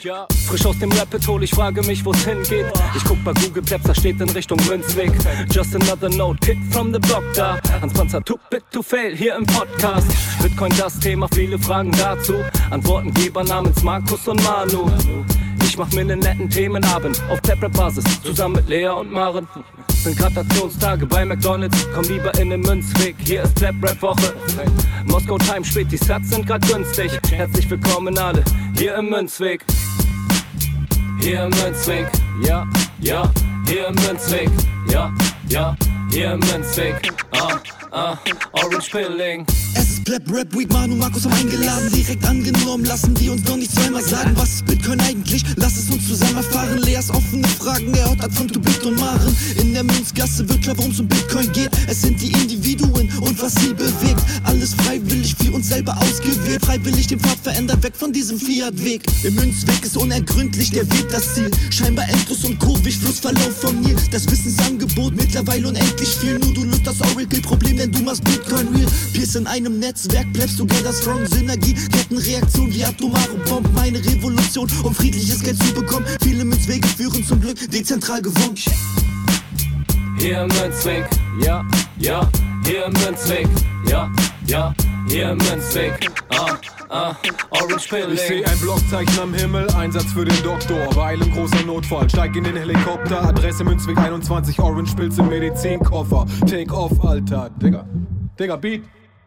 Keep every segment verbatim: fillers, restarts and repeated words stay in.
Ja. Frisch aus dem Rap-Hole, ich frage mich, wo's hingeht. Ich guck bei Google Maps, da steht in Richtung Münzweg. Just another note, Kid from the block da. Hans Panzer, too bit to fail, hier im Podcast. Bitcoin das Thema, viele Fragen dazu. Antwortengeber namens Markus und Manu. Ich mach mir nen netten Themenabend auf Tab-Rap-Basis, zusammen mit Lea und Maren. Sind Gratationstage bei McDonalds, komm lieber in den Münzweg. Hier ist Tab-Rap-Woche. Moskau Time spät, die Sats sind grad günstig. Herzlich willkommen alle, hier im Münzweg. Hier im Münzweg, ja, ja, hier im Münzweg, ja, ja, hier im Münzweg, ah, ah, Orange Pilling. Es ist Pleb Rap Week, Manu, Markus haben eingeladen, direkt angenommen, lassen die uns noch nicht zweimal sagen, was ist Bitcoin eigentlich, lass es uns zusammen erfahren, Leas offene Fragen, er hat von Tobit und Maren, in der Münzgasse wird klar, worum es um Bitcoin geht, es sind die Individuen und was sie bewegt, alles freiwillig für uns selber ausgewählt, freiwillig den Pfad verändert, weg von diesem Fiat-Weg, im Münzweg ist unergründlich der Weg das Ziel, scheinbar endlos und kurvig, Flussverlauf vom Nil, das Wissensangebot mittlerweile unendlich viel, nur du löst das Oracle-Problem, denn du machst Bitcoin real, Peers in einem Netzwerk, bleibst together strong, Synergie, Kettenreaktion wie atomare Bomben, meine Revolution, um friedliches Geld zu bekommen, viele Münzwege führen zum Glück, dezentral gewonnen. Hier im Münzweg, ja, ja, hier im Münzweg, ja, ja, hier im Münzweg, ah, ah, Orange Pilling. Ich seh ein Blockzeichen am Himmel, Einsatz für den Doktor, weil im großer Notfall, steig in den Helikopter, Adresse Münzweg einundzwanzig, Orange Pilz im Medizinkoffer, take off, Alter, Digga, Digga, Beat.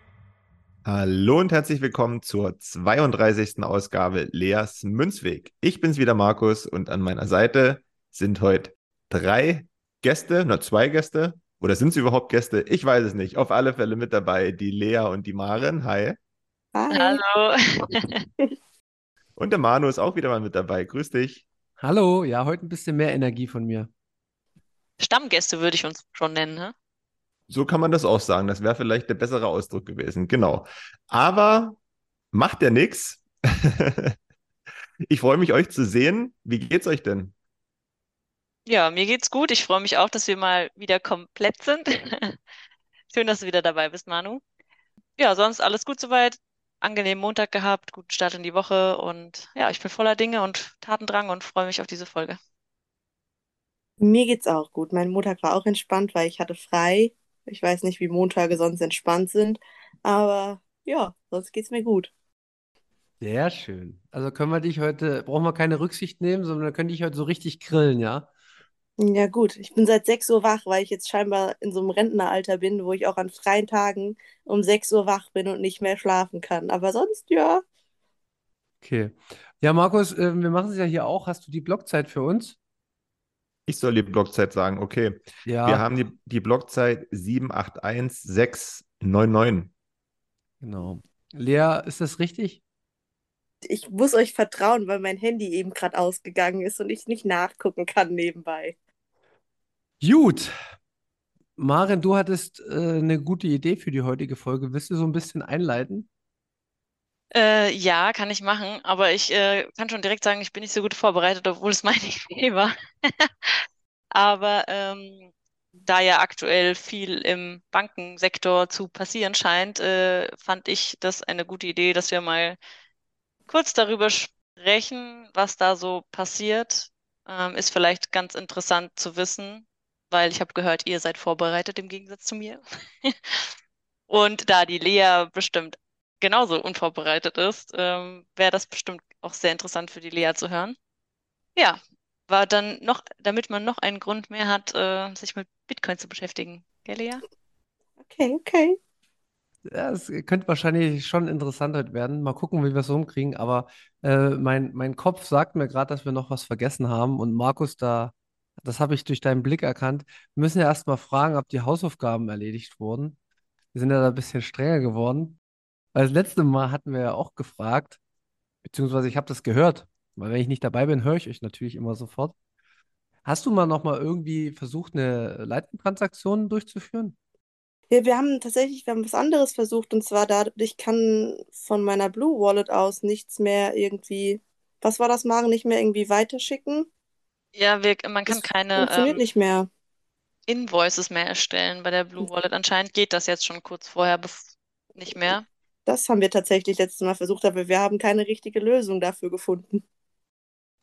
Hallo und herzlich willkommen zur zweiunddreißigsten Ausgabe Leas Münzweg. Ich bin's wieder, Markus, und an meiner Seite sind heute drei Gäste, nur zwei Gäste, oder sind es überhaupt Gäste? Ich weiß es nicht. Auf alle Fälle mit dabei die Lea und die Maren. Hi. Hi. Hallo. Und der Manu ist auch wieder mal mit dabei. Grüß dich. Hallo, ja, heute ein bisschen mehr Energie von mir. Stammgäste würde ich uns schon nennen, ne? So kann man das auch sagen. Das wäre vielleicht der bessere Ausdruck gewesen. Genau. Aber macht ja nichts. Ich freue mich, euch zu sehen. Wie geht's euch denn? Ja, mir geht's gut. Ich freue mich auch, dass wir mal wieder komplett sind. Schön, dass du wieder dabei bist, Manu. Ja, sonst alles gut soweit. Angenehmen Montag gehabt, guten Start in die Woche und ja, ich bin voller Dinge und Tatendrang und freue mich auf diese Folge. Mir geht's auch gut. Mein Montag war auch entspannt, weil ich hatte frei. Ich weiß nicht, wie Montage sonst entspannt sind, aber ja, sonst geht's mir gut. Sehr schön. Also können wir dich heute, brauchen wir keine Rücksicht nehmen, sondern wir können dich heute so richtig grillen, ja? Ja gut, ich bin seit sechs Uhr wach, weil ich jetzt scheinbar in so einem Rentneralter bin, wo ich auch an freien Tagen um sechs Uhr wach bin und nicht mehr schlafen kann. Aber sonst, ja. Okay. Ja, Markus, äh, wir machen es ja hier auch. Hast du die Blockzeit für uns? Ich soll die Blockzeit sagen. Okay. Ja, Wir haben die, die Blockzeit sieben acht eins sechs neun neun. genau. Lea, ist das richtig? Ich muss euch vertrauen, weil mein Handy eben gerade ausgegangen ist und ich nicht nachgucken kann nebenbei. Gut. Maren, du hattest äh, eine gute Idee für die heutige Folge. Willst du so ein bisschen einleiten? Äh, ja, kann ich machen, aber ich äh, kann schon direkt sagen, ich bin nicht so gut vorbereitet, obwohl es meine Idee war. Aber ähm, da ja aktuell viel im Bankensektor zu passieren scheint, äh, fand ich das eine gute Idee, dass wir mal kurz darüber sprechen, was da so passiert. Ähm, ist vielleicht ganz interessant zu wissen, weil ich habe gehört, ihr seid vorbereitet im Gegensatz zu mir. Und da die Lea bestimmt genauso unvorbereitet ist, ähm, wäre das bestimmt auch sehr interessant für die Lea zu hören. Ja, war dann noch, damit man noch einen Grund mehr hat, äh, sich mit Bitcoin zu beschäftigen. Gell, Lea? Okay, okay. Ja, es könnte wahrscheinlich schon interessant heute werden. Mal gucken, wie wir es rumkriegen. Aber äh, mein, mein Kopf sagt mir gerade, dass wir noch was vergessen haben. Und Markus, da, das habe ich durch deinen Blick erkannt. Wir müssen ja erst mal fragen, ob die Hausaufgaben erledigt wurden. Wir sind ja da ein bisschen strenger geworden. Weil das letzte Mal hatten wir ja auch gefragt, beziehungsweise ich habe das gehört. Weil wenn ich nicht dabei bin, höre ich euch natürlich immer sofort. Hast du mal noch mal irgendwie versucht, eine Lightning-Transaktion durchzuführen? Ja, wir haben tatsächlich, wir haben was anderes versucht und zwar da, ich kann von meiner Blue Wallet aus nichts mehr irgendwie, was war das, Maren, nicht mehr irgendwie weiterschicken? Ja, wir, man kann Das keine funktioniert ähm, nicht mehr. Invoices mehr erstellen bei der Blue Wallet. Anscheinend geht das jetzt schon kurz vorher bef- nicht mehr. Das haben wir tatsächlich letztes Mal versucht, aber wir haben keine richtige Lösung dafür gefunden.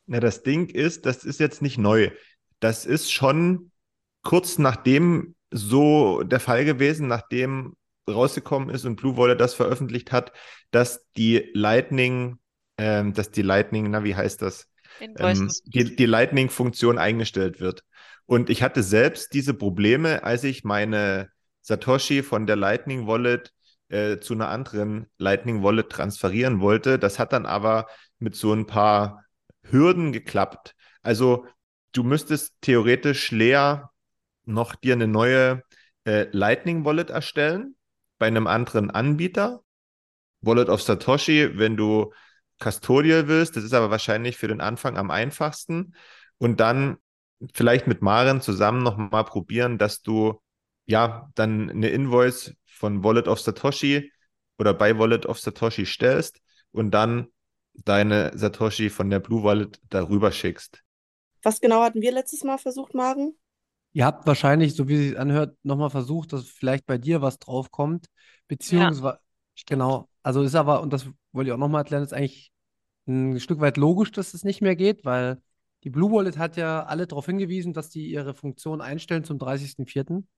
Na, das Ding ist, das ist jetzt nicht neu. Das ist schon kurz nachdem so der Fall gewesen, nachdem rausgekommen ist und Blue Wallet das veröffentlicht hat, dass die Lightning, ähm, dass die Lightning, na, wie heißt das? Ähm, Invoices. die, die Lightning-Funktion eingestellt wird. Und ich hatte selbst diese Probleme, als ich meine Satoshi von der Lightning Wallet äh, zu einer anderen Lightning Wallet transferieren wollte. Das hat dann aber mit so ein paar Hürden geklappt. Also du müsstest theoretisch leer noch dir eine neue äh, Lightning Wallet erstellen bei einem anderen Anbieter. Wallet of Satoshi, wenn du Custodial willst, das ist aber wahrscheinlich für den Anfang am einfachsten. Und dann vielleicht mit Maren zusammen nochmal probieren, dass du ja dann eine Invoice von Wallet of Satoshi oder bei Wallet of Satoshi stellst und dann deine Satoshi von der Blue Wallet darüber schickst. Was genau hatten wir letztes Mal versucht, Maren? Ihr habt wahrscheinlich, so wie es sich anhört, nochmal versucht, dass vielleicht bei dir was draufkommt. Ja, Beziehungsweise, stimmt. genau, also ist aber, und das wollte ich auch nochmal erklären, ist eigentlich ein Stück weit logisch, dass es nicht mehr geht, weil die Blue Wallet hat ja alle darauf hingewiesen, dass die ihre Funktion einstellen zum dreißigsten vierten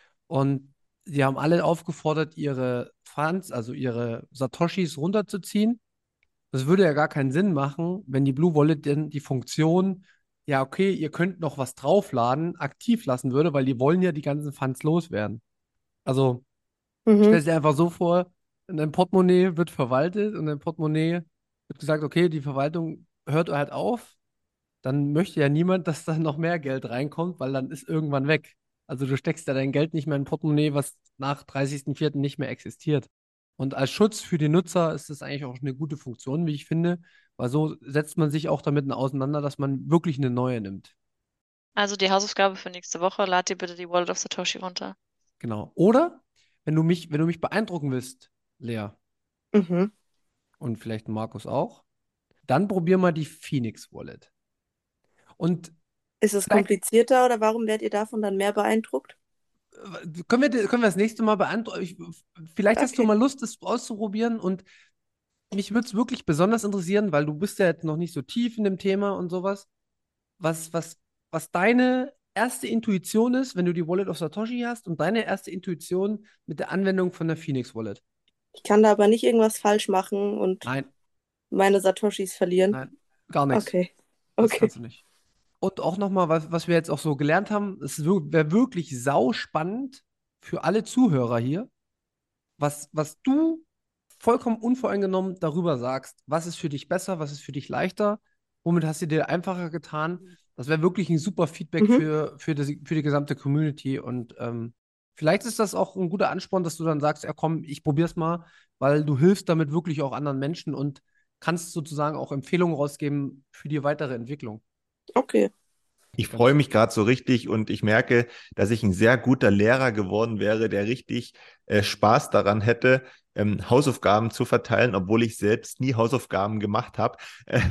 Und sie haben alle aufgefordert, ihre Funds, also ihre Satoshis runterzuziehen. Das würde ja gar keinen Sinn machen, wenn die Blue Wallet denn die Funktion, ja, okay, ihr könnt noch was draufladen, aktiv lassen würde, weil die wollen ja die ganzen Funds loswerden. Also stell Mhm. dir einfach so vor, dein Portemonnaie wird verwaltet und dein Portemonnaie wird gesagt, okay, die Verwaltung hört halt auf, dann möchte ja niemand, dass da noch mehr Geld reinkommt, weil dann ist irgendwann weg. Also du steckst ja dein Geld nicht mehr in ein Portemonnaie, was nach dreißigsten vierten nicht mehr existiert. Und als Schutz für die Nutzer ist das eigentlich auch eine gute Funktion, wie ich finde, weil so setzt man sich auch damit auseinander, dass man wirklich eine neue nimmt. Also die Hausaufgabe für nächste Woche, lad dir bitte die Wallet of Satoshi runter. Genau. Oder wenn du mich, wenn du mich beeindrucken willst, Lea, Mhm. und vielleicht Markus auch, dann probier mal die Phoenix Wallet. Und Ist es vielleicht komplizierter oder warum werdet ihr davon dann mehr beeindruckt? äh, können wir, können wir das nächste Mal beantworten. Vielleicht hast du Okay. mal Lust, es auszuprobieren und mich würde es wirklich besonders interessieren, weil du bist ja jetzt noch nicht so tief in dem Thema und sowas, was, was, was deine erste Intuition ist, wenn du die Wallet of Satoshi hast und deine erste Intuition mit der Anwendung von der Phoenix Wallet. Ich kann da aber nicht irgendwas falsch machen und Nein, meine Satoshis verlieren. nein, gar nichts. Okay. Das Okay. kannst du nicht. Und auch nochmal, was, was wir jetzt auch so gelernt haben, es wäre wirklich sauspannend für alle Zuhörer hier, was, was du vollkommen unvoreingenommen darüber sagst. Was ist für dich besser, was ist für dich leichter, womit hast du dir einfacher getan? Das wäre wirklich ein super Feedback Mhm. für, für, das, für die gesamte Community. Und ähm, vielleicht ist das auch ein guter Ansporn, dass du dann sagst, ja komm, ich probier's mal, weil du hilfst damit wirklich auch anderen Menschen und kannst sozusagen auch Empfehlungen rausgeben für die weitere Entwicklung. Okay. Ich freue Ganz, mich gerade so richtig und ich merke, dass ich ein sehr guter Lehrer geworden wäre, der richtig äh, Spaß daran hätte, ähm, Hausaufgaben zu verteilen, obwohl ich selbst nie Hausaufgaben gemacht habe.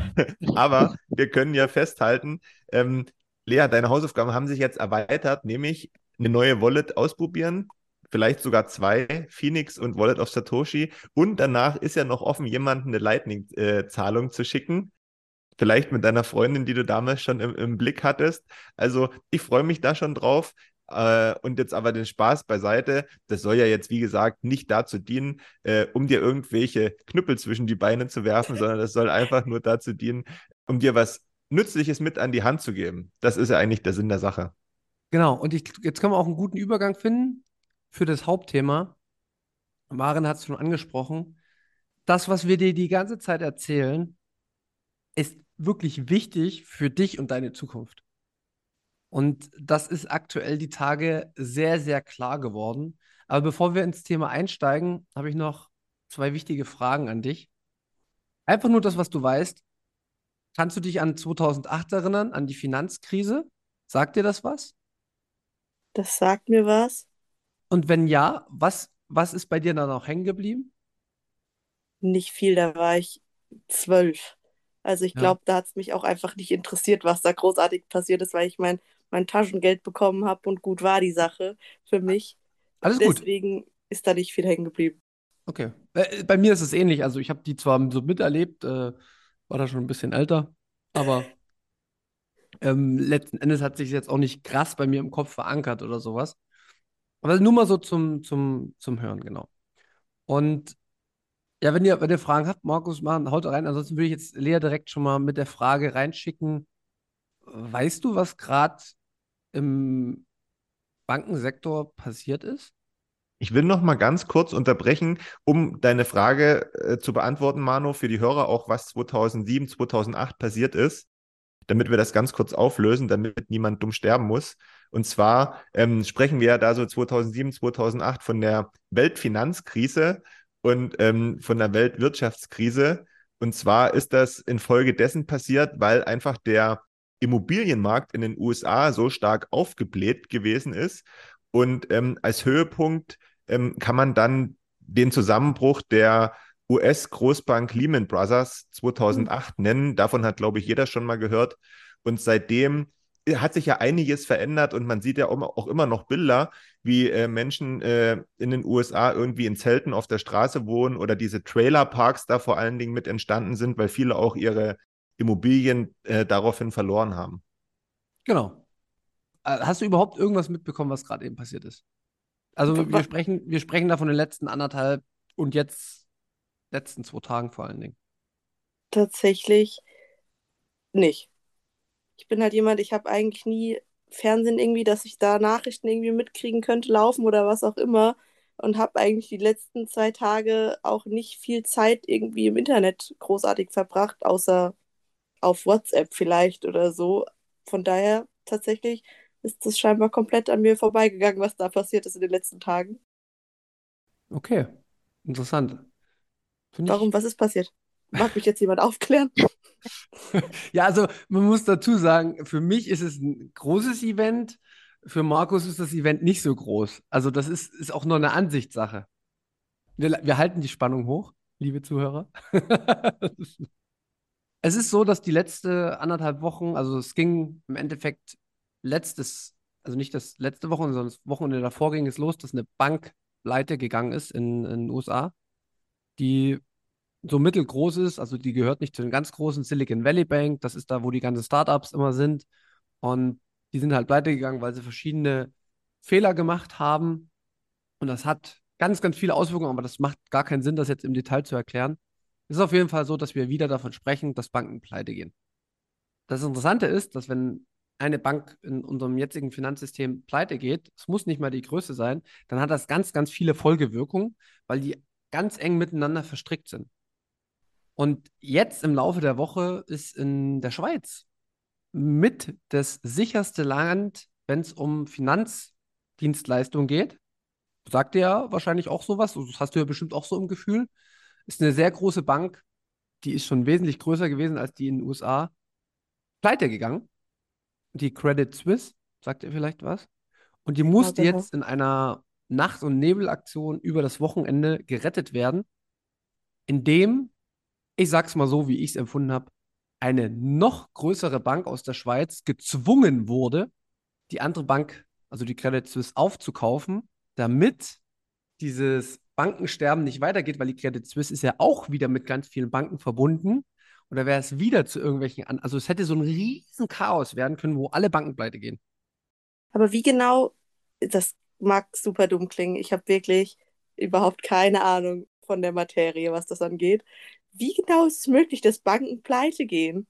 Aber wir können ja festhalten, ähm, Lea, deine Hausaufgaben haben sich jetzt erweitert, nämlich eine neue Wallet ausprobieren, vielleicht sogar zwei, Phoenix und Wallet of Satoshi. Und danach ist ja noch offen, jemandem eine Lightning-Zahlung zu schicken. Vielleicht mit deiner Freundin, die du damals schon im, im Blick hattest. Also ich freue mich da schon drauf. Äh, und jetzt aber den Spaß beiseite. Das soll ja jetzt, wie gesagt, nicht dazu dienen, äh, um dir irgendwelche Knüppel zwischen die Beine zu werfen, sondern das soll einfach nur dazu dienen, um dir was Nützliches mit an die Hand zu geben. Das ist ja eigentlich der Sinn der Sache. genau. Und ich, jetzt können wir auch einen guten Übergang finden für das Hauptthema. Maren hat es schon angesprochen. Das, was wir dir die ganze Zeit erzählen, ist wirklich wichtig für dich und deine Zukunft. Und das ist aktuell die Tage sehr, sehr klar geworden. Aber bevor wir ins Thema einsteigen, habe ich noch zwei wichtige Fragen an dich. Einfach nur das, was du weißt. Kannst du dich an zweitausendacht erinnern, an die Finanzkrise? Sagt dir das was? Das sagt mir was. Und wenn ja, was, was ist bei dir dann noch hängen geblieben? Nicht viel, da war ich zwölf. Also ich Ja. glaube, da hat es mich auch einfach nicht interessiert, was da großartig passiert ist, weil ich mein, mein Taschengeld bekommen habe und gut war die Sache für mich. Alles gut. Deswegen ist da nicht viel hängen geblieben. Okay. Äh, bei mir ist es ähnlich. Also ich habe die zwar so miterlebt, äh, war da schon ein bisschen älter, aber Ähm, letzten Endes hat sich jetzt auch nicht krass bei mir im Kopf verankert oder sowas. Aber nur mal so zum, zum, zum Hören, genau. Und ja, wenn ihr, wenn ihr Fragen habt, Markus, machen, haut rein. Ansonsten würde ich jetzt Lea direkt schon mal mit der Frage reinschicken. Weißt du, was gerade im Bankensektor passiert ist? Ich will noch mal ganz kurz unterbrechen, um deine Frage äh, zu beantworten, Manu, für die Hörer auch, was zweitausendsieben, zweitausendacht passiert ist, damit wir das ganz kurz auflösen, damit niemand dumm sterben muss. Und zwar ähm, sprechen wir ja da so zweitausendsieben, zweitausendacht von der Weltfinanzkrise und ähm, von der Weltwirtschaftskrise. Und zwar ist das infolgedessen passiert, weil einfach der Immobilienmarkt in den U S A so stark aufgebläht gewesen ist. Und ähm, als Höhepunkt ähm, kann man dann den Zusammenbruch der U S-Großbank Lehman Brothers zweitausendacht nennen. Davon hat, glaube ich, jeder schon mal gehört. Und seitdem hat sich ja einiges verändert und man sieht ja auch immer noch Bilder, wie äh, Menschen äh, in den U S A irgendwie in Zelten auf der Straße wohnen oder diese Trailerparks da vor allen Dingen mit entstanden sind, weil viele auch ihre Immobilien äh, daraufhin verloren haben. Genau. Äh, Hast du überhaupt irgendwas mitbekommen, was gerade eben passiert ist? Also wir Wa- sprechen, wir sprechen da von den letzten anderthalb und jetzt letzten zwei Tagen vor allen Dingen. Tatsächlich nicht. Ich bin halt jemand, ich habe eigentlich nie Fernsehen irgendwie, dass ich da Nachrichten irgendwie mitkriegen könnte, laufen oder was auch immer. Und habe eigentlich die letzten zwei Tage auch nicht viel Zeit irgendwie im Internet großartig verbracht, außer auf WhatsApp vielleicht oder so. Von daher tatsächlich ist das scheinbar komplett an mir vorbeigegangen, was da passiert ist in den letzten Tagen. Okay, interessant. Finde Warum, ich. was ist passiert? Mag mich jetzt jemand aufklären? Ja, also man muss dazu sagen, für mich ist es ein großes Event, für Markus ist das Event nicht so groß. Also das ist, ist auch nur eine Ansichtssache. Wir, wir halten die Spannung hoch, liebe Zuhörer. Es ist so, dass die letzte anderthalb Wochen, also es ging im Endeffekt letztes, also nicht das letzte Wochenende, sondern das Wochenende davor ging es los, dass eine Bank pleite gegangen ist in, in den U S A, die so mittelgroß ist, also die gehört nicht zu den ganz großen Silicon Valley Bank, das ist da, wo die ganzen Startups immer sind. Und die sind halt pleite gegangen, weil sie verschiedene Fehler gemacht haben. Und das hat ganz, ganz viele Auswirkungen, aber das macht gar keinen Sinn, das jetzt im Detail zu erklären. Es ist auf jeden Fall so, dass wir wieder davon sprechen, dass Banken pleite gehen. Das Interessante ist, dass wenn eine Bank in unserem jetzigen Finanzsystem pleite geht, es muss nicht mal die Größe sein, dann hat das ganz, ganz viele Folgewirkungen, weil die ganz eng miteinander verstrickt sind. Und jetzt im Laufe der Woche ist in der Schweiz mit das sicherste Land, wenn es um Finanzdienstleistungen geht. Sagt ihr ja wahrscheinlich auch sowas, das hast du ja bestimmt auch so im Gefühl. Ist eine sehr große Bank, die ist schon wesentlich größer gewesen als die in den U S A. Pleite gegangen. Die Credit Suisse, sagt ihr vielleicht was? Und die Ja, musste genau. jetzt in einer Nacht- und Nebelaktion über das Wochenende gerettet werden, indem, ich sag's mal so, wie ich es empfunden habe, eine noch größere Bank aus der Schweiz gezwungen wurde, die andere Bank, also die Credit Suisse, aufzukaufen, damit dieses Bankensterben nicht weitergeht, weil die Credit Suisse ist ja auch wieder mit ganz vielen Banken verbunden. Oder wäre es wieder zu irgendwelchen an, also es hätte so ein riesen Chaos werden können, wo alle Banken pleite gehen. Aber wie genau, das mag super dumm klingen. Ich habe wirklich überhaupt keine Ahnung von der Materie, was das angeht. Wie genau ist es möglich, dass Banken pleite gehen?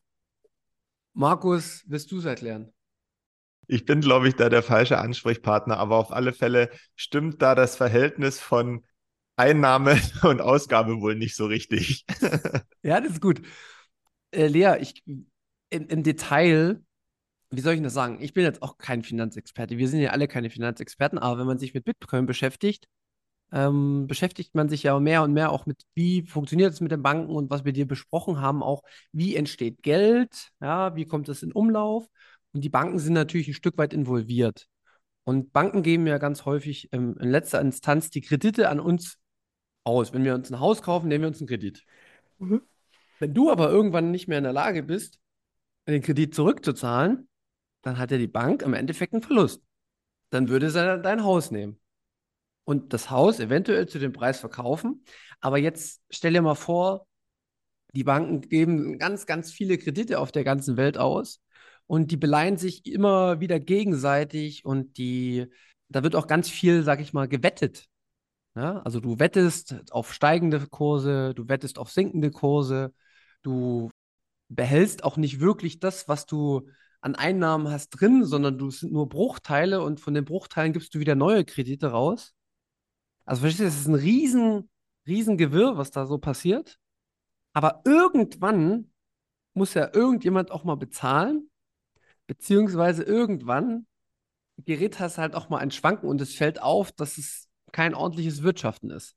Markus, wirst du es erklären? Ich bin, glaube ich, da der falsche Ansprechpartner, aber auf alle Fälle stimmt da das Verhältnis von Einnahme und Ausgabe wohl nicht so richtig. Ja, das ist gut. Äh, Lea, ich im, im Detail, wie soll ich denn das sagen? Ich bin jetzt auch kein Finanzexperte. Wir sind ja alle keine Finanzexperten, aber wenn man sich mit Bitcoin beschäftigt, ähm, beschäftigt man sich ja mehr und mehr auch mit, wie funktioniert es mit den Banken und was wir dir besprochen haben, auch wie entsteht Geld, ja, wie kommt es in Umlauf? Und die Banken sind natürlich ein Stück weit involviert. Und Banken geben ja ganz häufig ähm, in letzter Instanz die Kredite an uns aus. Wenn wir uns ein Haus kaufen, nehmen wir uns einen Kredit. Mhm. Wenn du aber irgendwann nicht mehr in der Lage bist, den Kredit zurückzuzahlen, dann hat ja die Bank im Endeffekt einen Verlust. Dann würde sie dein Haus nehmen und das Haus eventuell zu dem Preis verkaufen. Aber jetzt stell dir mal vor, die Banken geben ganz, ganz viele Kredite auf der ganzen Welt aus und die beleihen sich immer wieder gegenseitig und die, da wird auch ganz viel, sag ich mal, gewettet. Ja? Also du wettest auf steigende Kurse, du wettest auf sinkende Kurse, du behältst auch nicht wirklich das, was du an Einnahmen hast drin, sondern du es sind nur Bruchteile und von den Bruchteilen gibst du wieder neue Kredite raus. Also verstehst du, das ist ein riesen, riesen Gewirr, was da so passiert. Aber irgendwann muss ja irgendjemand auch mal bezahlen, beziehungsweise irgendwann gerät das halt auch mal ein Schwanken und es fällt auf, dass es kein ordentliches Wirtschaften ist.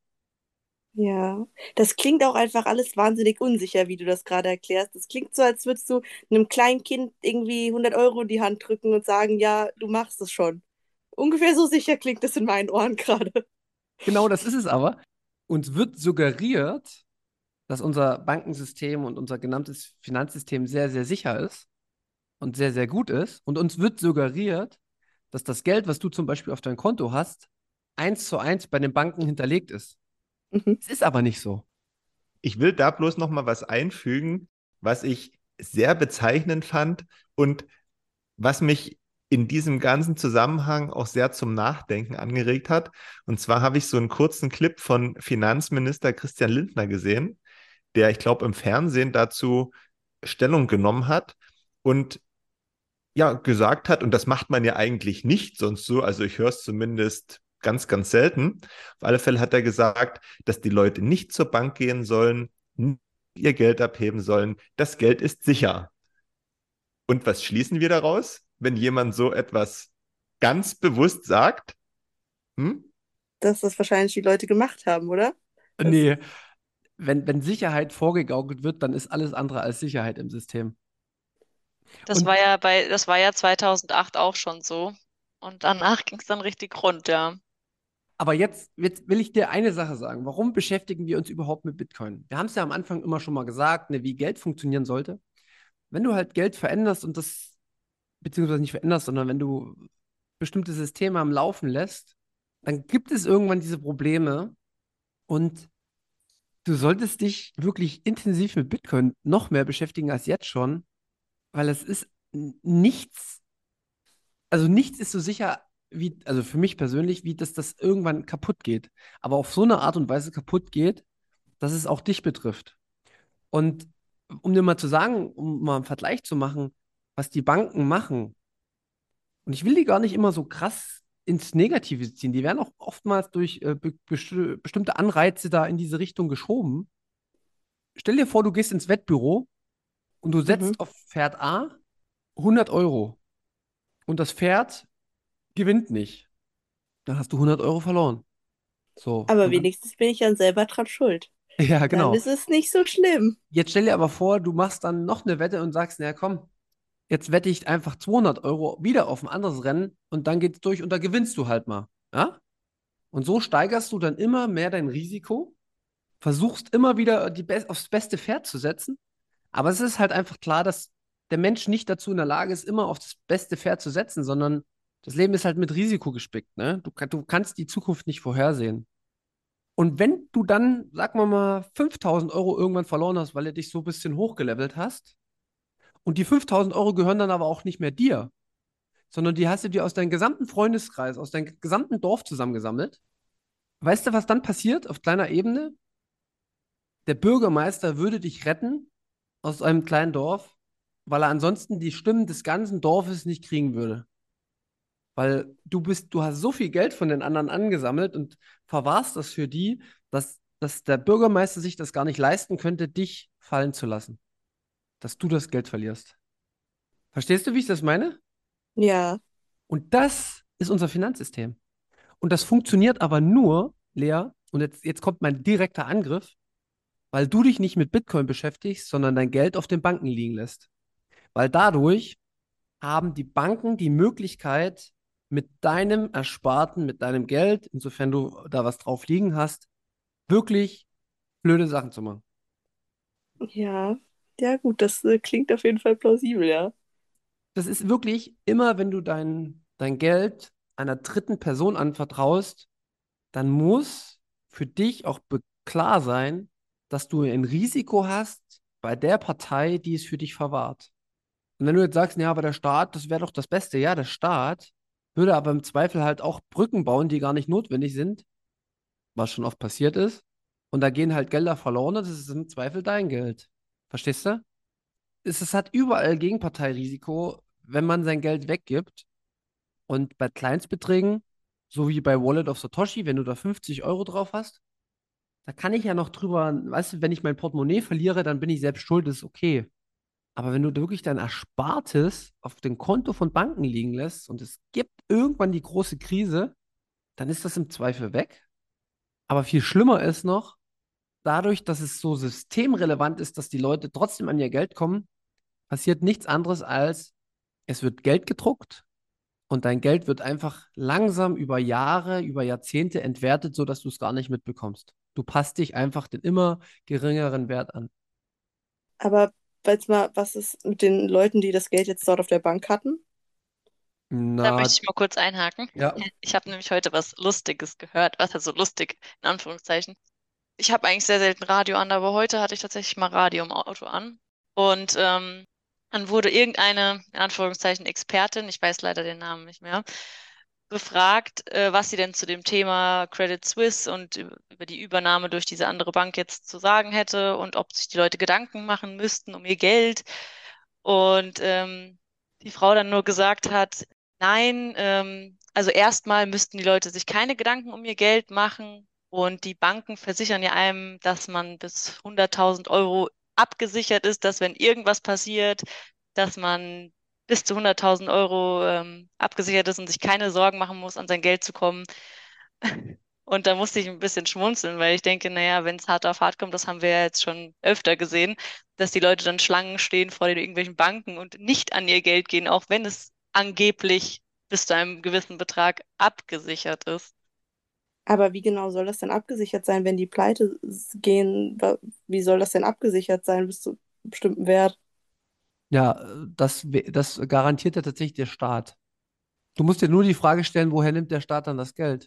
Ja, das klingt auch einfach alles wahnsinnig unsicher, wie du das gerade erklärst. Das klingt so, als würdest du einem kleinen Kind irgendwie hundert Euro in die Hand drücken und sagen, ja, du machst es schon. Ungefähr so sicher klingt das in meinen Ohren gerade. Genau das ist es aber. Uns wird suggeriert, dass unser Bankensystem und unser gesamtes Finanzsystem sehr, sehr sicher ist und sehr, sehr gut ist. Und uns wird suggeriert, dass das Geld, was du zum Beispiel auf dein Konto hast, eins zu eins bei den Banken hinterlegt ist. Mhm. Es ist aber nicht so. Ich will da bloß noch mal was einfügen, was ich sehr bezeichnend fand und was mich in diesem ganzen Zusammenhang auch sehr zum Nachdenken angeregt hat. Und zwar habe ich so einen kurzen Clip von Finanzminister Christian Lindner gesehen, der, ich glaube, im Fernsehen dazu Stellung genommen hat und ja gesagt hat, und das macht man ja eigentlich nicht sonst so, also ich höre es zumindest ganz, ganz selten. Auf alle Fälle hat er gesagt, dass die Leute nicht zur Bank gehen sollen, nicht ihr Geld abheben sollen. Das Geld ist sicher. Und was schließen wir daraus, wenn jemand so etwas ganz bewusst sagt? Hm? Dass das wahrscheinlich die Leute gemacht haben, oder? Das, Nee, wenn, wenn Sicherheit vorgegaukelt wird, dann ist alles andere als Sicherheit im System. Das Und war ja bei, das war ja zweitausendacht auch schon so. Und danach ging es dann richtig rund, ja. aber jetzt, jetzt will ich dir eine Sache sagen. Warum beschäftigen wir uns überhaupt mit Bitcoin? Wir haben es ja am Anfang immer schon mal gesagt, ne, wie Geld funktionieren sollte. Wenn du halt Geld veränderst und das, beziehungsweise nicht veränderst, sondern wenn du bestimmte Systeme am Laufen lässt, dann gibt es irgendwann diese Probleme und du solltest dich wirklich intensiv mit Bitcoin noch mehr beschäftigen als jetzt schon, weil es ist n- nichts, also nichts ist so sicher wie, also für mich persönlich, wie dass das irgendwann kaputt geht. Aber auf so eine Art und Weise kaputt geht, dass es auch dich betrifft. Und um dir mal zu sagen, um mal einen Vergleich zu machen, was die Banken machen, und ich will die gar nicht immer so krass ins Negative ziehen, die werden auch oftmals durch äh, be besti- bestimmte Anreize da in diese Richtung geschoben. Stell dir vor, du gehst ins Wettbüro und du mhm. setzt auf Pferd A hundert Euro und das Pferd gewinnt nicht. Dann hast du hundert Euro verloren. So. Aber Und dann, wenigstens bin ich dann selber dran schuld. ja, Dann genau. ist es nicht so schlimm. Jetzt stell dir aber vor, du machst dann noch eine Wette und sagst, na komm, jetzt wette ich einfach zweihundert Euro wieder auf ein anderes Rennen und dann geht's durch und da gewinnst du halt mal. Ja? Und so steigerst du dann immer mehr dein Risiko, versuchst immer wieder die Be aufs beste Pferd zu setzen, aber es ist halt einfach klar, dass der Mensch nicht dazu in der Lage ist, immer auf das beste Pferd zu setzen, sondern das Leben ist halt mit Risiko gespickt. Ne? Du, kann- du kannst die Zukunft nicht vorhersehen. Und wenn du dann, sagen wir mal, fünftausend Euro irgendwann verloren hast, weil du dich so ein bisschen hochgelevelt hast, und die fünftausend Euro gehören dann aber auch nicht mehr dir, sondern die hast du dir aus deinem gesamten Freundeskreis, aus deinem gesamten Dorf zusammengesammelt. Weißt du, was dann passiert auf kleiner Ebene? Der Bürgermeister würde dich retten aus einem kleinen Dorf, weil er ansonsten die Stimmen des ganzen Dorfes nicht kriegen würde. Weil du bist, du hast so viel Geld von den anderen angesammelt und verwahrst das für die, dass, dass der Bürgermeister sich das gar nicht leisten könnte, dich fallen zu lassen. Dass du das Geld verlierst. Verstehst du, wie ich das meine? Ja. Und das ist unser Finanzsystem. Und das funktioniert aber nur, Lea, und jetzt, jetzt kommt mein direkter Angriff, weil du dich nicht mit Bitcoin beschäftigst, sondern dein Geld auf den Banken liegen lässt. Weil dadurch haben die Banken die Möglichkeit, mit deinem Ersparten, mit deinem Geld, insofern du da was drauf liegen hast, wirklich blöde Sachen zu machen. Ja. Ja, gut, das äh, klingt auf jeden Fall plausibel, ja. Das ist wirklich immer, wenn du dein, dein Geld einer dritten Person anvertraust, dann muss für dich auch be- klar sein, dass du ein Risiko hast bei der Partei, die es für dich verwahrt. Und wenn du jetzt sagst, ja, aber der Staat, das wäre doch das Beste. Ja, der Staat würde aber im Zweifel halt auch Brücken bauen, die gar nicht notwendig sind, was schon oft passiert ist. Und da gehen halt Gelder verloren und das ist im Zweifel dein Geld. Verstehst du? Es, es hat überall Gegenparteirisiko, wenn man sein Geld weggibt. Und bei Kleinstbeträgen, so wie bei Wallet of Satoshi, wenn du da fünfzig Euro drauf hast, da kann ich ja noch drüber, weißt du, wenn ich mein Portemonnaie verliere, dann bin ich selbst schuld, das ist okay. Aber wenn du wirklich dein Erspartes auf dem Konto von Banken liegen lässt und es gibt irgendwann die große Krise, dann ist das im Zweifel weg. Aber viel schlimmer ist noch, dadurch, dass es so systemrelevant ist, dass die Leute trotzdem an ihr Geld kommen, passiert nichts anderes als, es wird Geld gedruckt und dein Geld wird einfach langsam über Jahre, über Jahrzehnte entwertet, sodass du es gar nicht mitbekommst. Du passt dich einfach den immer geringeren Wert an. Aber jetzt mal, was ist mit den Leuten, die das Geld jetzt dort auf der Bank hatten? Da möchte Na, ich mal kurz einhaken. ja. Ich habe nämlich heute was Lustiges gehört, was also lustig in Anführungszeichen. Ich habe eigentlich sehr selten Radio an, aber heute hatte ich tatsächlich mal Radio im Auto an. Und ähm, dann wurde irgendeine, in Anführungszeichen, Expertin, ich weiß leider den Namen nicht mehr, befragt, äh, was sie denn zu dem Thema Credit Suisse und ü- über die Übernahme durch diese andere Bank jetzt zu sagen hätte und ob sich die Leute Gedanken machen müssten um ihr Geld. Und ähm, die Frau dann nur gesagt hat, nein, ähm, also erstmal müssten die Leute sich keine Gedanken um ihr Geld machen und die Banken versichern ja einem, dass man bis hunderttausend Euro abgesichert ist, dass wenn irgendwas passiert, dass man bis zu hunderttausend Euro ähm, abgesichert ist und sich keine Sorgen machen muss, an sein Geld zu kommen. Und da musste ich ein bisschen schmunzeln, weil ich denke, naja, wenn es hart auf hart kommt, das haben wir ja jetzt schon öfter gesehen, dass die Leute dann Schlangen stehen vor den irgendwelchen Banken und nicht an ihr Geld gehen, auch wenn es angeblich bis zu einem gewissen Betrag abgesichert ist. Aber wie genau soll das denn abgesichert sein, wenn die pleite s- gehen? Wa- Wie soll das denn abgesichert sein bis zu einem bestimmten Wert? Ja, äh, das, we- das garantiert ja tatsächlich der Staat. Du musst dir nur die Frage stellen, woher nimmt der Staat dann das Geld?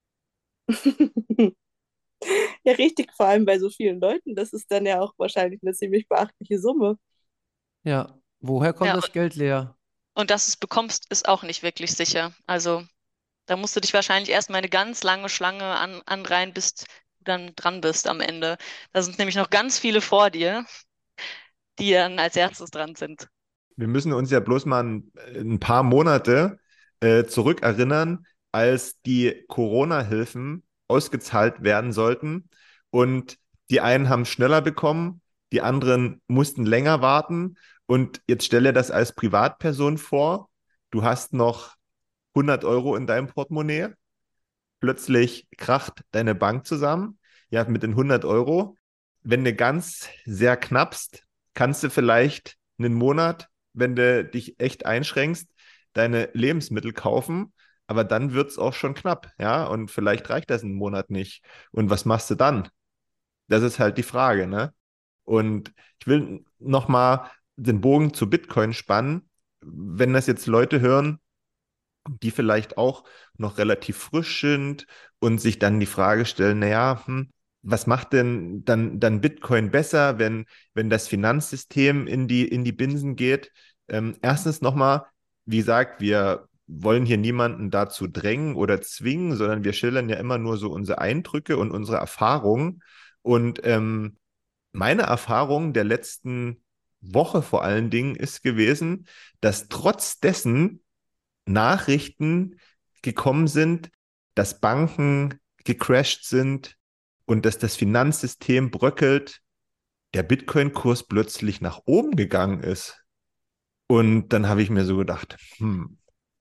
Ja, richtig, vor allem bei so vielen Leuten. Das ist dann ja auch wahrscheinlich eine ziemlich beachtliche Summe. Ja, woher kommt Ja, das und, Geld, Lea? und dass du es bekommst, ist auch nicht wirklich sicher. Also da musst du dich wahrscheinlich erstmal eine ganz lange Schlange an, anreihen, bis du dann dran bist am Ende. Da sind nämlich noch ganz viele vor dir, die dann als erstes dran sind. Wir müssen uns ja bloß mal ein, ein paar Monate äh, zurückerinnern, als die Corona-Hilfen ausgezahlt werden sollten. Und die einen haben schneller bekommen, die anderen mussten länger warten. Und jetzt stelle das als Privatperson vor. Du hast noch hundert Euro in deinem Portemonnaie. Plötzlich kracht deine Bank zusammen. Ja, mit den hundert Euro. Wenn du ganz sehr knappst, kannst du vielleicht einen Monat, wenn du dich echt einschränkst, deine Lebensmittel kaufen. Aber dann wird es auch schon knapp, ja. Und vielleicht reicht das einen Monat nicht. Und was machst du dann? Das ist halt die Frage, ne? Und ich will nochmal den Bogen zu Bitcoin spannen. Wenn das jetzt Leute hören, die vielleicht auch noch relativ frisch sind und sich dann die Frage stellen, naja, hm, was macht denn dann, dann Bitcoin besser, wenn, wenn das Finanzsystem in die, in die Binsen geht? Ähm, erstens nochmal, wie gesagt, wir wollen hier niemanden dazu drängen oder zwingen, sondern wir schildern ja immer nur so unsere Eindrücke und unsere Erfahrungen. Und ähm, meine Erfahrung der letzten Woche vor allen Dingen ist gewesen, dass trotz dessen Nachrichten gekommen sind, dass Banken gecrashed sind und dass das Finanzsystem bröckelt, der Bitcoin-Kurs plötzlich nach oben gegangen ist. Und dann habe ich mir so gedacht, hm,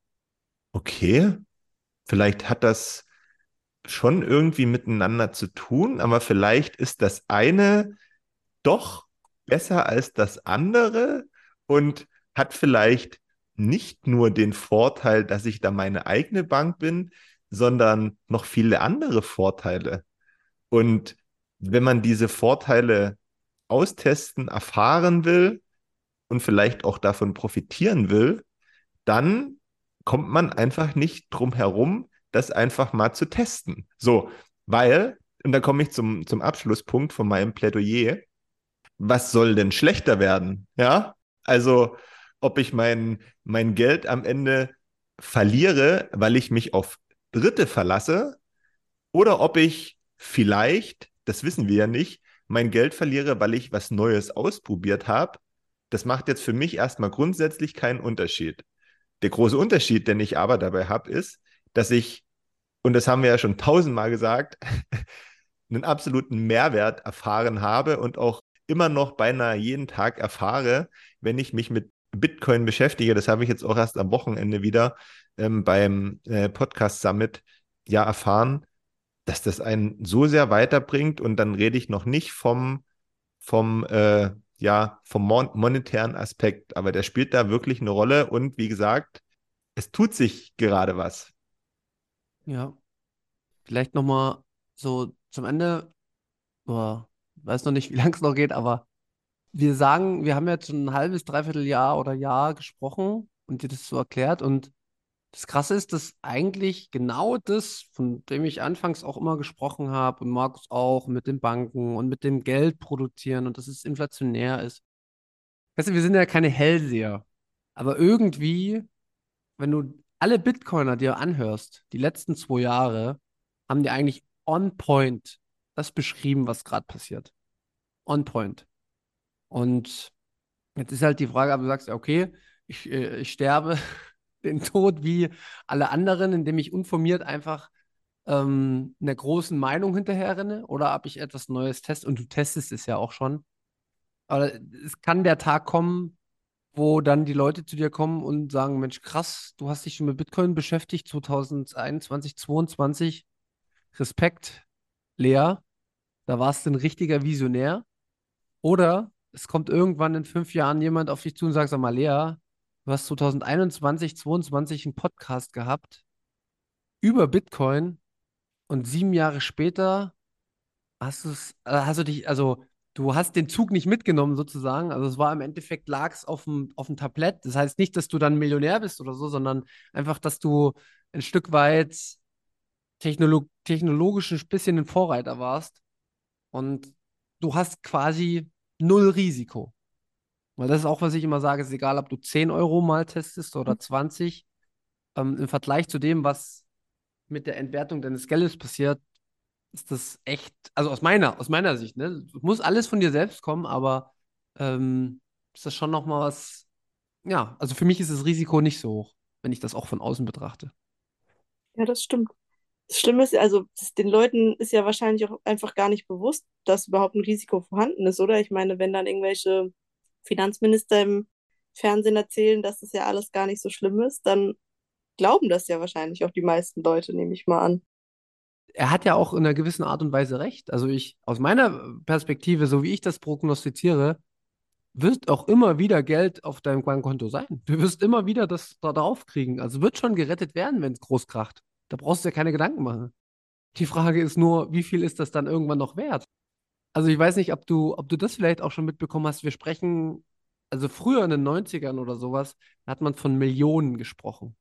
okay, vielleicht hat das schon irgendwie miteinander zu tun, aber vielleicht ist das eine doch besser als das andere und hat vielleicht nicht nur den Vorteil, dass ich da meine eigene Bank bin, sondern noch viele andere Vorteile. Und wenn man diese Vorteile austesten, erfahren will und vielleicht auch davon profitieren will, dann kommt man einfach nicht drum herum, das einfach mal zu testen. So, weil, und da komme ich zum, zum Abschlusspunkt von meinem Plädoyer, was soll denn schlechter werden? Ja, also ob ich mein, mein Geld am Ende verliere, weil ich mich auf Dritte verlasse, oder ob ich vielleicht, das wissen wir ja nicht, mein Geld verliere, weil ich was Neues ausprobiert habe. Das macht jetzt für mich erstmal grundsätzlich keinen Unterschied. Der große Unterschied, den ich aber dabei habe, ist, dass ich, und das haben wir ja schon tausendmal gesagt, einen absoluten Mehrwert erfahren habe und auch immer noch beinahe jeden Tag erfahre, wenn ich mich mit Bitcoin beschäftige. Das habe ich jetzt auch erst am Wochenende wieder ähm, beim äh, Podcast Summit ja erfahren, dass das einen so sehr weiterbringt. Und dann rede ich noch nicht vom, vom, äh, ja, vom mon monetären Aspekt, aber der spielt da wirklich eine Rolle. Und wie gesagt, es tut sich gerade was. Ja, vielleicht nochmal so zum Ende, boah, weiß noch nicht, wie lange es noch geht, aber wir sagen, wir haben jetzt schon ein halbes, dreiviertel Jahr oder Jahr gesprochen und dir das so erklärt. Und das Krasse ist, dass eigentlich genau das, von dem ich anfangs auch immer gesprochen habe und Markus auch, mit den Banken und mit dem Geld produzieren und dass es inflationär ist. Weißt du, wir sind ja keine Hellseher. Aber irgendwie, wenn du alle Bitcoiner dir anhörst, die letzten zwei Jahre, haben die eigentlich on point das beschrieben, was gerade passiert. On point. Und jetzt ist halt die Frage, aber du sagst, ja, okay, ich, äh, ich sterbe den Tod wie alle anderen, indem ich unformiert einfach ähm, einer großen Meinung hinterherrenne, oder ob ich etwas Neues teste, und du testest es ja auch schon. Aber es kann der Tag kommen, wo dann die Leute zu dir kommen und sagen, Mensch, krass, du hast dich schon mit Bitcoin beschäftigt, zwanzig einundzwanzig, zweiundzwanzig. Respekt, Lea, da warst du ein richtiger Visionär. Oder es kommt irgendwann in fünf Jahren jemand auf dich zu und sagt, sag mal, Lea, du hast zwanzig einundzwanzig, zweiundzwanzig einen Podcast gehabt über Bitcoin und sieben Jahre später hast du es, äh, hast du dich, also du hast den Zug nicht mitgenommen sozusagen. Also es war im Endeffekt, lag es auf dem, auf dem Tablett. Das heißt nicht, dass du dann Millionär bist oder so, sondern einfach, dass du ein Stück weit technolo technologisch ein bisschen ein Vorreiter warst und du hast quasi null Risiko. Weil das ist auch, was ich immer sage, es ist egal, ob du zehn Euro mal testest oder zwanzig, ähm, im Vergleich zu dem, was mit der Entwertung deines Geldes passiert, ist das echt, also aus meiner, aus meiner Sicht, ne? Es muss alles von dir selbst kommen, aber ähm, ist das schon nochmal was, ja, also für mich ist das Risiko nicht so hoch, wenn ich das auch von außen betrachte. Ja, das stimmt. Das Schlimme ist, also das, den Leuten ist ja wahrscheinlich auch einfach gar nicht bewusst, dass überhaupt ein Risiko vorhanden ist, oder? Ich meine, wenn dann irgendwelche Finanzminister im Fernsehen erzählen, dass das ja alles gar nicht so schlimm ist, dann glauben das ja wahrscheinlich auch die meisten Leute, nehme ich mal an. Er hat ja auch in einer gewissen Art und Weise recht. Also ich, aus meiner Perspektive, so wie ich das prognostiziere, wird auch immer wieder Geld auf deinem Bankkonto sein. Du wirst immer wieder das da drauf kriegen. Also wird schon gerettet werden, wenn es groß kracht. Da brauchst du dir keine Gedanken machen. Die Frage ist nur, wie viel ist das dann irgendwann noch wert? Also ich weiß nicht, ob du, ob du das vielleicht auch schon mitbekommen hast. Wir sprechen, also früher in den Neunzigern oder sowas, da hat man von Millionen gesprochen.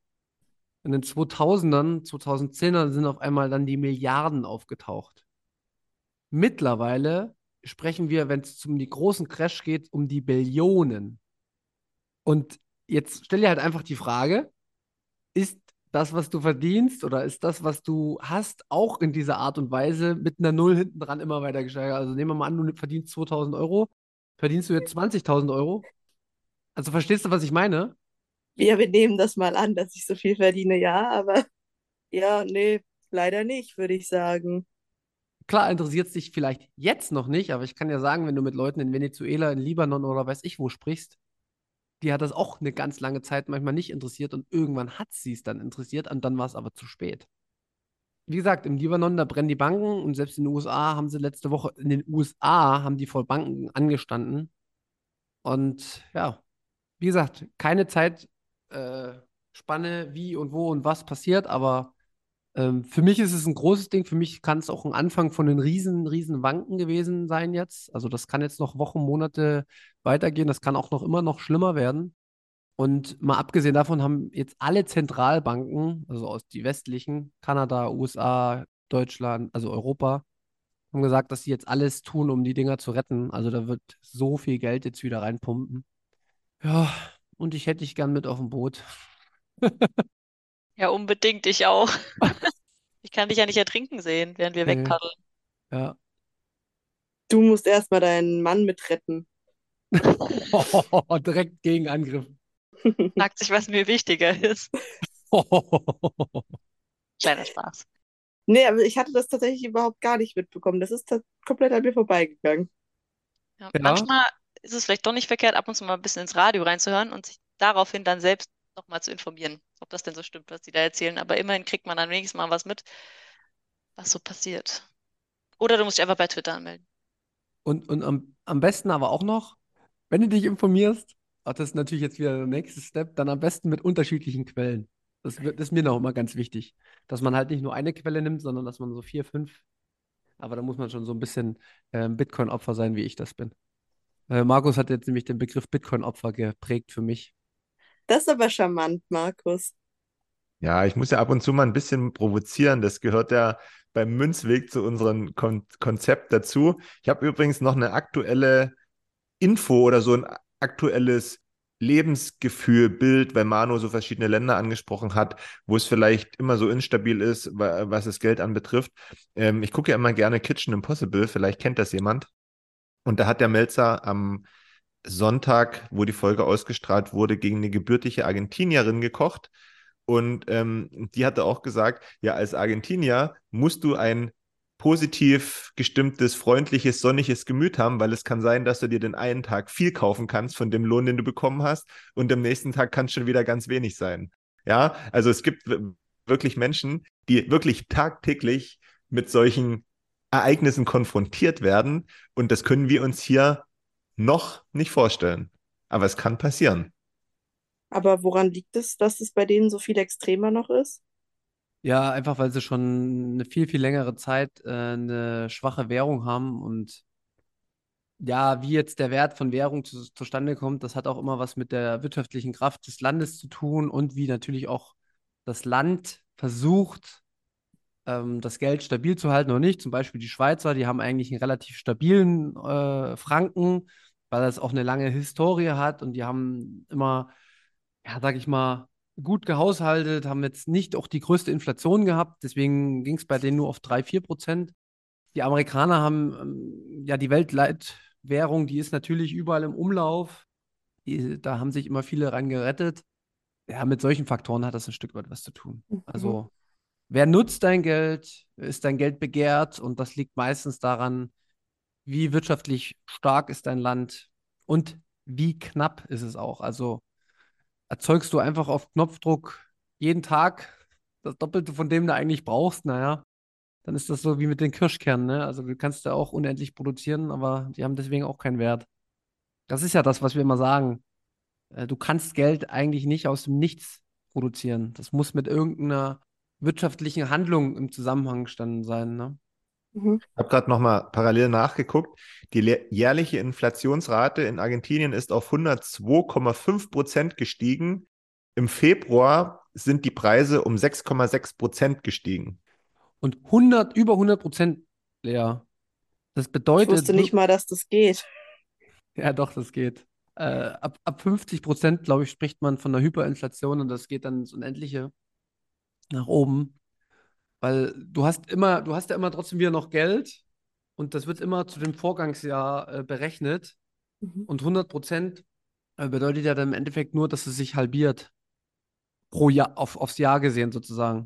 In den zweitausendern, zweitausendzehnern sind auf einmal dann die Milliarden aufgetaucht. Mittlerweile sprechen wir, wenn es um die großen Crash geht, um die Billionen. Und jetzt stell dir halt einfach die Frage, ist das, was du verdienst, oder ist das, was du hast, auch in dieser Art und Weise mit einer Null hinten dran immer weiter gesteigert? Also nehmen wir mal an, du verdienst zweitausend Euro, verdienst du jetzt zwanzigtausend Euro? Also verstehst du, was ich meine? Ja, wir nehmen das mal an, dass ich so viel verdiene, ja, aber ja, nee, leider nicht, würde ich sagen. Klar interessiert es dich vielleicht jetzt noch nicht, aber ich kann ja sagen, wenn du mit Leuten in Venezuela, in Libanon oder weiß ich wo sprichst, die hat das auch eine ganz lange Zeit manchmal nicht interessiert und irgendwann hat sie es dann interessiert und dann war es aber zu spät. Wie gesagt, im Libanon, da brennen die Banken und selbst in den U S A haben sie letzte Woche, in den U S A haben die vor Banken angestanden. Und ja, wie gesagt, keine Zeitspanne, äh, Spanne, wie und wo und was passiert, aber ähm, für mich ist es ein großes Ding. Für mich kann es auch ein Anfang von den riesen, riesen Wanken gewesen sein jetzt. Also das kann jetzt noch Wochen, Monate weitergehen. Das kann auch noch immer noch schlimmer werden. Und mal abgesehen davon haben jetzt alle Zentralbanken, also aus die westlichen, Kanada, U S A, Deutschland, also Europa, haben gesagt, dass sie jetzt alles tun, um die Dinger zu retten. Also da wird so viel Geld jetzt wieder reinpumpen. Ja, und ich hätte dich gern mit auf dem Boot. Ja, unbedingt, ich auch. Ich kann dich ja nicht ertrinken sehen, während wir Nee, wegpaddeln. ja. Du musst erstmal deinen Mann mitretten. Direkt Gegenangriff. Fragt sich, was mir wichtiger ist. Kleiner Spaß. Nee, aber ich hatte das tatsächlich überhaupt gar nicht mitbekommen. Das ist ta- komplett an mir vorbeigegangen. Ja, Ja, manchmal ist es vielleicht doch nicht verkehrt, ab und zu mal ein bisschen ins Radio reinzuhören und sich daraufhin dann selbst nochmal zu informieren, ob das denn so stimmt, was die da erzählen. Aber immerhin kriegt man dann wenigstens mal was mit, was so passiert. Oder du musst dich einfach bei Twitter anmelden. und, und am, am besten aber auch noch, wenn du dich informierst, ach, das ist natürlich jetzt wieder der nächste Step, dann am besten mit unterschiedlichen Quellen. Das wird, das ist mir noch immer ganz wichtig, dass man halt nicht nur eine Quelle nimmt, sondern dass man so vier, fünf, aber da muss man schon so ein bisschen äh, Bitcoin-Opfer sein, wie ich das bin. Äh, Markus hat jetzt nämlich den Begriff Bitcoin-Opfer geprägt für mich. Das ist aber charmant, Markus. Ja, ich muss ja ab und zu mal ein bisschen provozieren. Das gehört ja beim Münzweg zu unserem Kon Konzept dazu. Ich habe übrigens noch eine aktuelle Info oder so ein aktuelles Lebensgefühl, Bild, weil Manu so verschiedene Länder angesprochen hat, wo es vielleicht immer so instabil ist, wa- was das Geld anbetrifft. Ähm, ich gucke ja immer gerne Kitchen Impossible, vielleicht kennt das jemand. Und da hat der Melzer am Sonntag, wo die Folge ausgestrahlt wurde, gegen eine gebürtige Argentinierin gekocht. Und ähm, die hatte auch gesagt, ja, als Argentinier musst du ein positiv gestimmtes, freundliches, sonniges Gemüt haben, weil es kann sein, dass du dir den einen Tag viel kaufen kannst von dem Lohn, den du bekommen hast, und am nächsten Tag kann es schon wieder ganz wenig sein. Ja, also es gibt w- wirklich Menschen, die wirklich tagtäglich mit solchen Ereignissen konfrontiert werden, und das können wir uns hier noch nicht vorstellen. Aber es kann passieren. Aber woran liegt es, dass es bei denen so viel extremer noch ist? Ja, einfach weil sie schon eine viel, viel längere Zeit äh, eine schwache Währung haben und ja, wie jetzt der Wert von Währung zu, zustande kommt, das hat auch immer was mit der wirtschaftlichen Kraft des Landes zu tun und wie natürlich auch das Land versucht, ähm, das Geld stabil zu halten oder nicht. Zum Beispiel die Schweizer, die haben eigentlich einen relativ stabilen äh, Franken, weil das auch eine lange Historie hat und die haben immer, ja, sag ich mal, gut gehaushaltet, haben jetzt nicht auch die größte Inflation gehabt, deswegen ging es bei denen nur auf drei vier Prozent. Die Amerikaner haben ähm, ja die Weltleitwährung, die ist natürlich überall im Umlauf. Die, da haben sich immer viele ran gerettet. Ja, mit solchen Faktoren hat das ein Stück weit was zu tun. Mhm. Also, wer nutzt dein Geld? Ist dein Geld begehrt? Und das liegt meistens daran, wie wirtschaftlich stark ist dein Land und wie knapp ist es auch. Also, erzeugst du einfach auf Knopfdruck jeden Tag das Doppelte von dem du eigentlich brauchst, naja, dann ist das so wie mit den Kirschkernen, ne? Also du kannst ja auch unendlich produzieren, aber die haben deswegen auch keinen Wert. Das ist ja das, was wir immer sagen. Äh, Du kannst Geld eigentlich nicht aus dem Nichts produzieren. Das muss mit irgendeiner wirtschaftlichen Handlung im Zusammenhang gestanden sein, ne? Mhm. Ich habe gerade nochmal parallel nachgeguckt. Die le- jährliche Inflationsrate in Argentinien ist auf hundertzwei Komma fünf Prozent gestiegen. Im Februar sind die Preise um sechs Komma sechs Prozent gestiegen. Und hundert, über hundert Prozent leer. Das Ich wusste bedeutet, nicht wir- mal, dass das geht. ja doch, das geht. Äh, ab, ab fünfzig Prozent, glaube ich, spricht man von einer Hyperinflation und das geht dann ins Unendliche nach oben. Weil du hast immer, du hast ja immer trotzdem wieder noch Geld und das wird immer zu dem Vorgangsjahr äh, berechnet. Mhm. Und hundert Prozent äh, bedeutet ja dann im Endeffekt nur, dass es sich halbiert pro Jahr, auf, aufs Jahr gesehen sozusagen.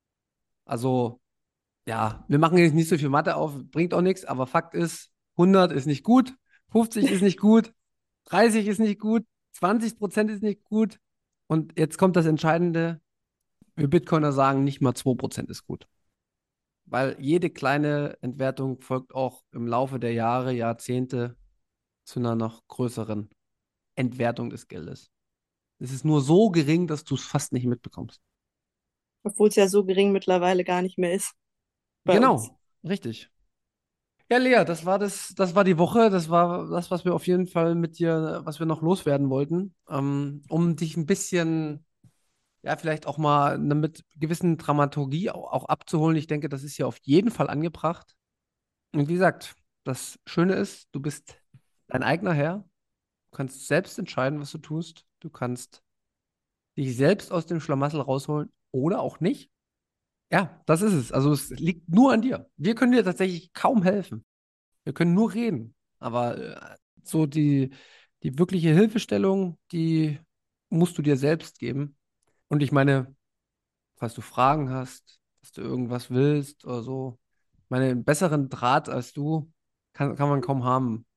Also, ja, wir machen jetzt nicht so viel Mathe auf, bringt auch nichts, aber Fakt ist, hundert ist nicht gut, fünfzig ist nicht gut, dreißig ist nicht gut, zwanzig Prozent ist nicht gut. Und jetzt kommt das Entscheidende, wir Bitcoiner sagen, nicht mal zwei Prozent ist gut. Weil jede kleine Entwertung folgt auch im Laufe der Jahre, Jahrzehnte zu einer noch größeren Entwertung des Geldes. Es ist nur so gering, dass du es fast nicht mitbekommst. Obwohl es ja so gering mittlerweile gar nicht mehr ist bei uns. Genau, richtig. Ja, Lea, das war das, das war die Woche. Das war das, was wir auf jeden Fall mit dir, was wir noch loswerden wollten, ähm, um dich ein bisschen, ja, vielleicht auch mal eine, mit gewissen Dramaturgie auch, auch abzuholen. Ich denke, das ist ja auf jeden Fall angebracht. Und wie gesagt, das Schöne ist, du bist dein eigener Herr. Du kannst selbst entscheiden, was du tust. Du kannst dich selbst aus dem Schlamassel rausholen oder auch nicht. Ja, das ist es. Also es liegt nur an dir. Wir können dir tatsächlich kaum helfen. Wir können nur reden. Aber äh, so die, die wirkliche Hilfestellung, die musst du dir selbst geben. Und ich meine, falls du Fragen hast, dass du irgendwas willst oder so, ich meine, einen besseren Draht als du kann, kann man kaum haben.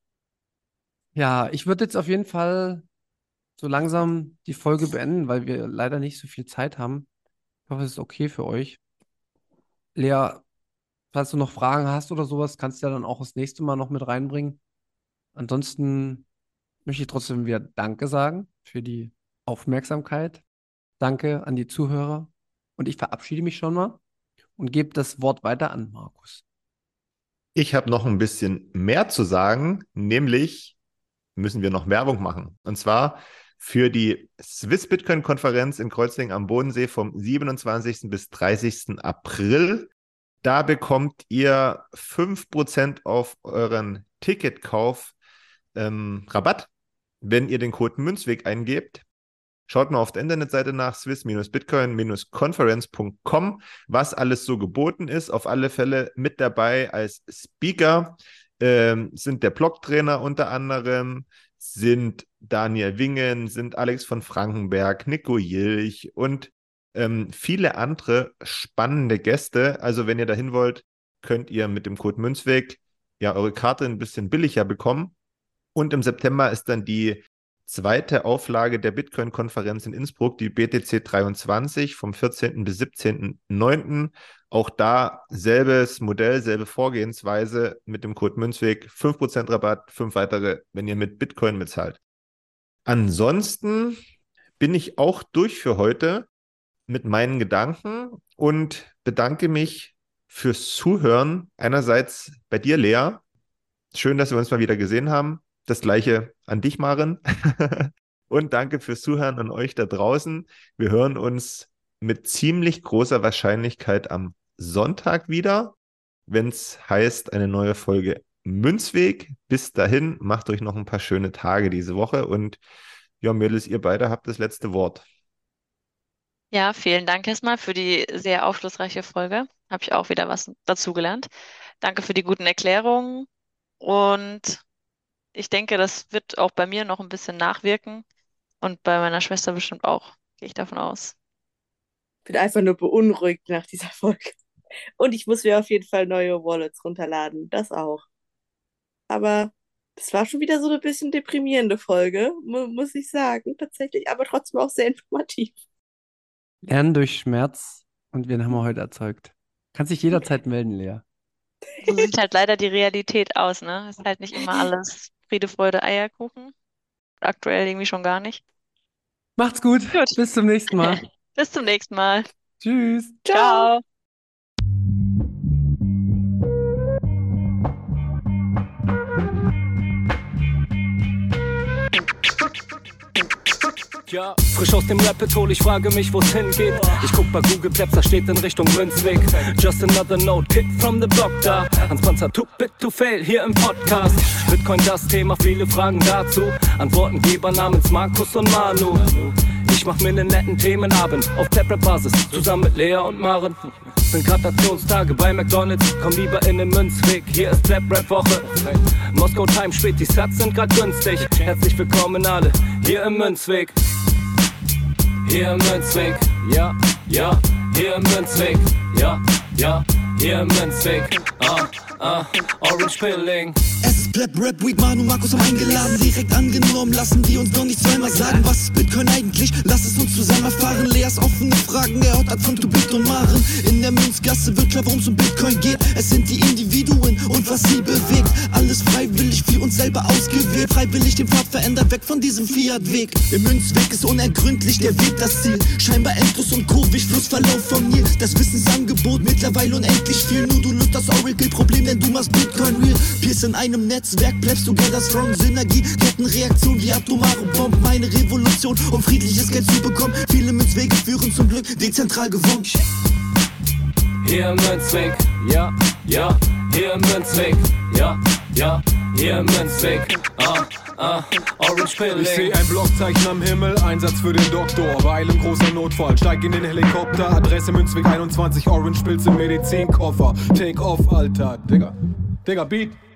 Ja, ich würde jetzt auf jeden Fall so langsam die Folge beenden, weil wir leider nicht so viel Zeit haben. Ich hoffe, es ist okay für euch. Lea, falls du noch Fragen hast oder sowas, kannst du ja dann auch das nächste Mal noch mit reinbringen. Ansonsten möchte ich trotzdem wieder Danke sagen für die Aufmerksamkeit. Danke an die Zuhörer. Und ich verabschiede mich schon mal und gebe das Wort weiter an Markus. Ich habe noch ein bisschen mehr zu sagen, nämlich müssen wir noch Werbung machen. Und zwar für die Swiss Bitcoin-Konferenz in Kreuzlingen am Bodensee vom siebenundzwanzigsten bis dreißigsten April. Da bekommt ihr fünf Prozent auf euren Ticketkauf ähm, Rabatt, wenn ihr den Code Münzweg eingebt. Schaut mal auf der Internetseite nach, swiss bitcoin conference punkt com, was alles so geboten ist. Auf alle Fälle mit dabei als Speaker ähm, sind der Blocktrainer unter anderem, sind Daniel Wingen, sind Alex von Frankenberg, Nico Jilch und ähm, viele andere spannende Gäste. Also wenn ihr dahin wollt, könnt ihr mit dem Code Münzweg ja eure Karte ein bisschen billiger bekommen. Und im September ist dann die zweite Auflage der Bitcoin-Konferenz in Innsbruck, die B T C dreiundzwanzig vom vierzehnten bis siebzehnten neunten Auch da selbes Modell, selbe Vorgehensweise mit dem Code Münzweg, fünf Prozent Rabatt, fünf weitere, wenn ihr mit Bitcoin bezahlt. Ansonsten bin ich auch durch für heute mit meinen Gedanken und bedanke mich fürs Zuhören. Einerseits bei dir, Lea. Schön, dass wir uns mal wieder gesehen haben. Das Gleiche an dich, Maren. Und danke fürs Zuhören an euch da draußen. Wir hören uns mit ziemlich großer Wahrscheinlichkeit am Sonntag wieder, wenn es heißt, eine neue Folge Münzweg. Bis dahin, macht euch noch ein paar schöne Tage diese Woche. Und ja, Mädels, ihr beide habt das letzte Wort. Ja, vielen Dank erstmal für die sehr aufschlussreiche Folge. Habe ich auch wieder was dazugelernt. Danke für die guten Erklärungen und ich denke, das wird auch bei mir noch ein bisschen nachwirken und bei meiner Schwester bestimmt auch, gehe ich davon aus. Ich bin einfach nur beunruhigt nach dieser Folge. Und ich muss mir auf jeden Fall neue Wallets runterladen, das auch. Aber das war schon wieder so eine bisschen deprimierende Folge, mu muss ich sagen, tatsächlich, aber trotzdem auch sehr informativ. Lernen durch Schmerz und wen haben wir heute erzeugt? Kannst dich jederzeit melden, Lea. So sieht halt leider die Realität aus, ne? Ist halt nicht immer alles Friede, Freude, Eierkuchen. Aktuell irgendwie schon gar nicht. Macht's gut. Gut. Bis zum nächsten Mal. Bis zum nächsten Mal. Tschüss. Ciao. Ja, frisch aus dem Rapid Hole, ich frage mich, wo's hingeht. Ich guck bei Google Maps, da steht in Richtung Münzweg. Just another note, Kid from the block da. Hans Panzer, too bit to fail, hier im Podcast. Bitcoin das Thema, viele Fragen dazu. Antwortengeber namens Markus und Manu. Ich mach mir nen netten Themenabend auf Taprap-Basis, zusammen mit Lea und Maren. Sind Gratationstage bei McDonalds, komm lieber in den Münzweg, hier ist Rap-Rap-Woche. Moskau Time, spät, die Sats sind grad günstig. Herzlich willkommen alle, hier im Münzweg. Hier im Münzweg, ja, ja, hier im Münzweg, ja, ja, hier im Münzweg, ah, ah, Orange Pilling. Es ist Pleb Rap Week, Manu, Markus haben eingeladen, direkt angenommen, lassen die uns doch nicht zweimal sagen, was ist Bitcoin eigentlich, lass es uns zusammen erfahren, Leas offene Fragen, er hat von Tubit und Maren, in der Münzgasse wird klar, worum es um Bitcoin geht, es sind die Individuen und was sie bewegt, alles freiwillig für uns selber ausgewählt, freiwillig den Pfad verändert, weg von diesem Fiat-Weg, im Münzweg ist unergründlich der Weg das Ziel, scheinbar endlos und kurvig, Flussverlauf vom Nil, das Wissensangebot mittlerweile unendlich viel, nur du löst das Oracle-Problem, denn du machst Bitcoin real, Peers in einem Netzwerk, bleibst du together strong, Synergie, Kettenreaktion wie atomare Bomben, meine Revolution, um friedliches Geld zu bekommen, viele Münzwege führen zum Glück, dezentral gewonnen. Hier im Münzweg, ja, ja, hier im Münzweg, ja, ja, hier im Münzweg, ah, Ah, Orange Pilling. Ich seh ein Blockzeichen am Himmel, Einsatz für den Doktor. Weil im großer Notfall, steig in den Helikopter. Adresse Münzweg einundzwanzig, Orange Pilz im Medizinkoffer. Take off, Alter, Digga. Digga, Beat.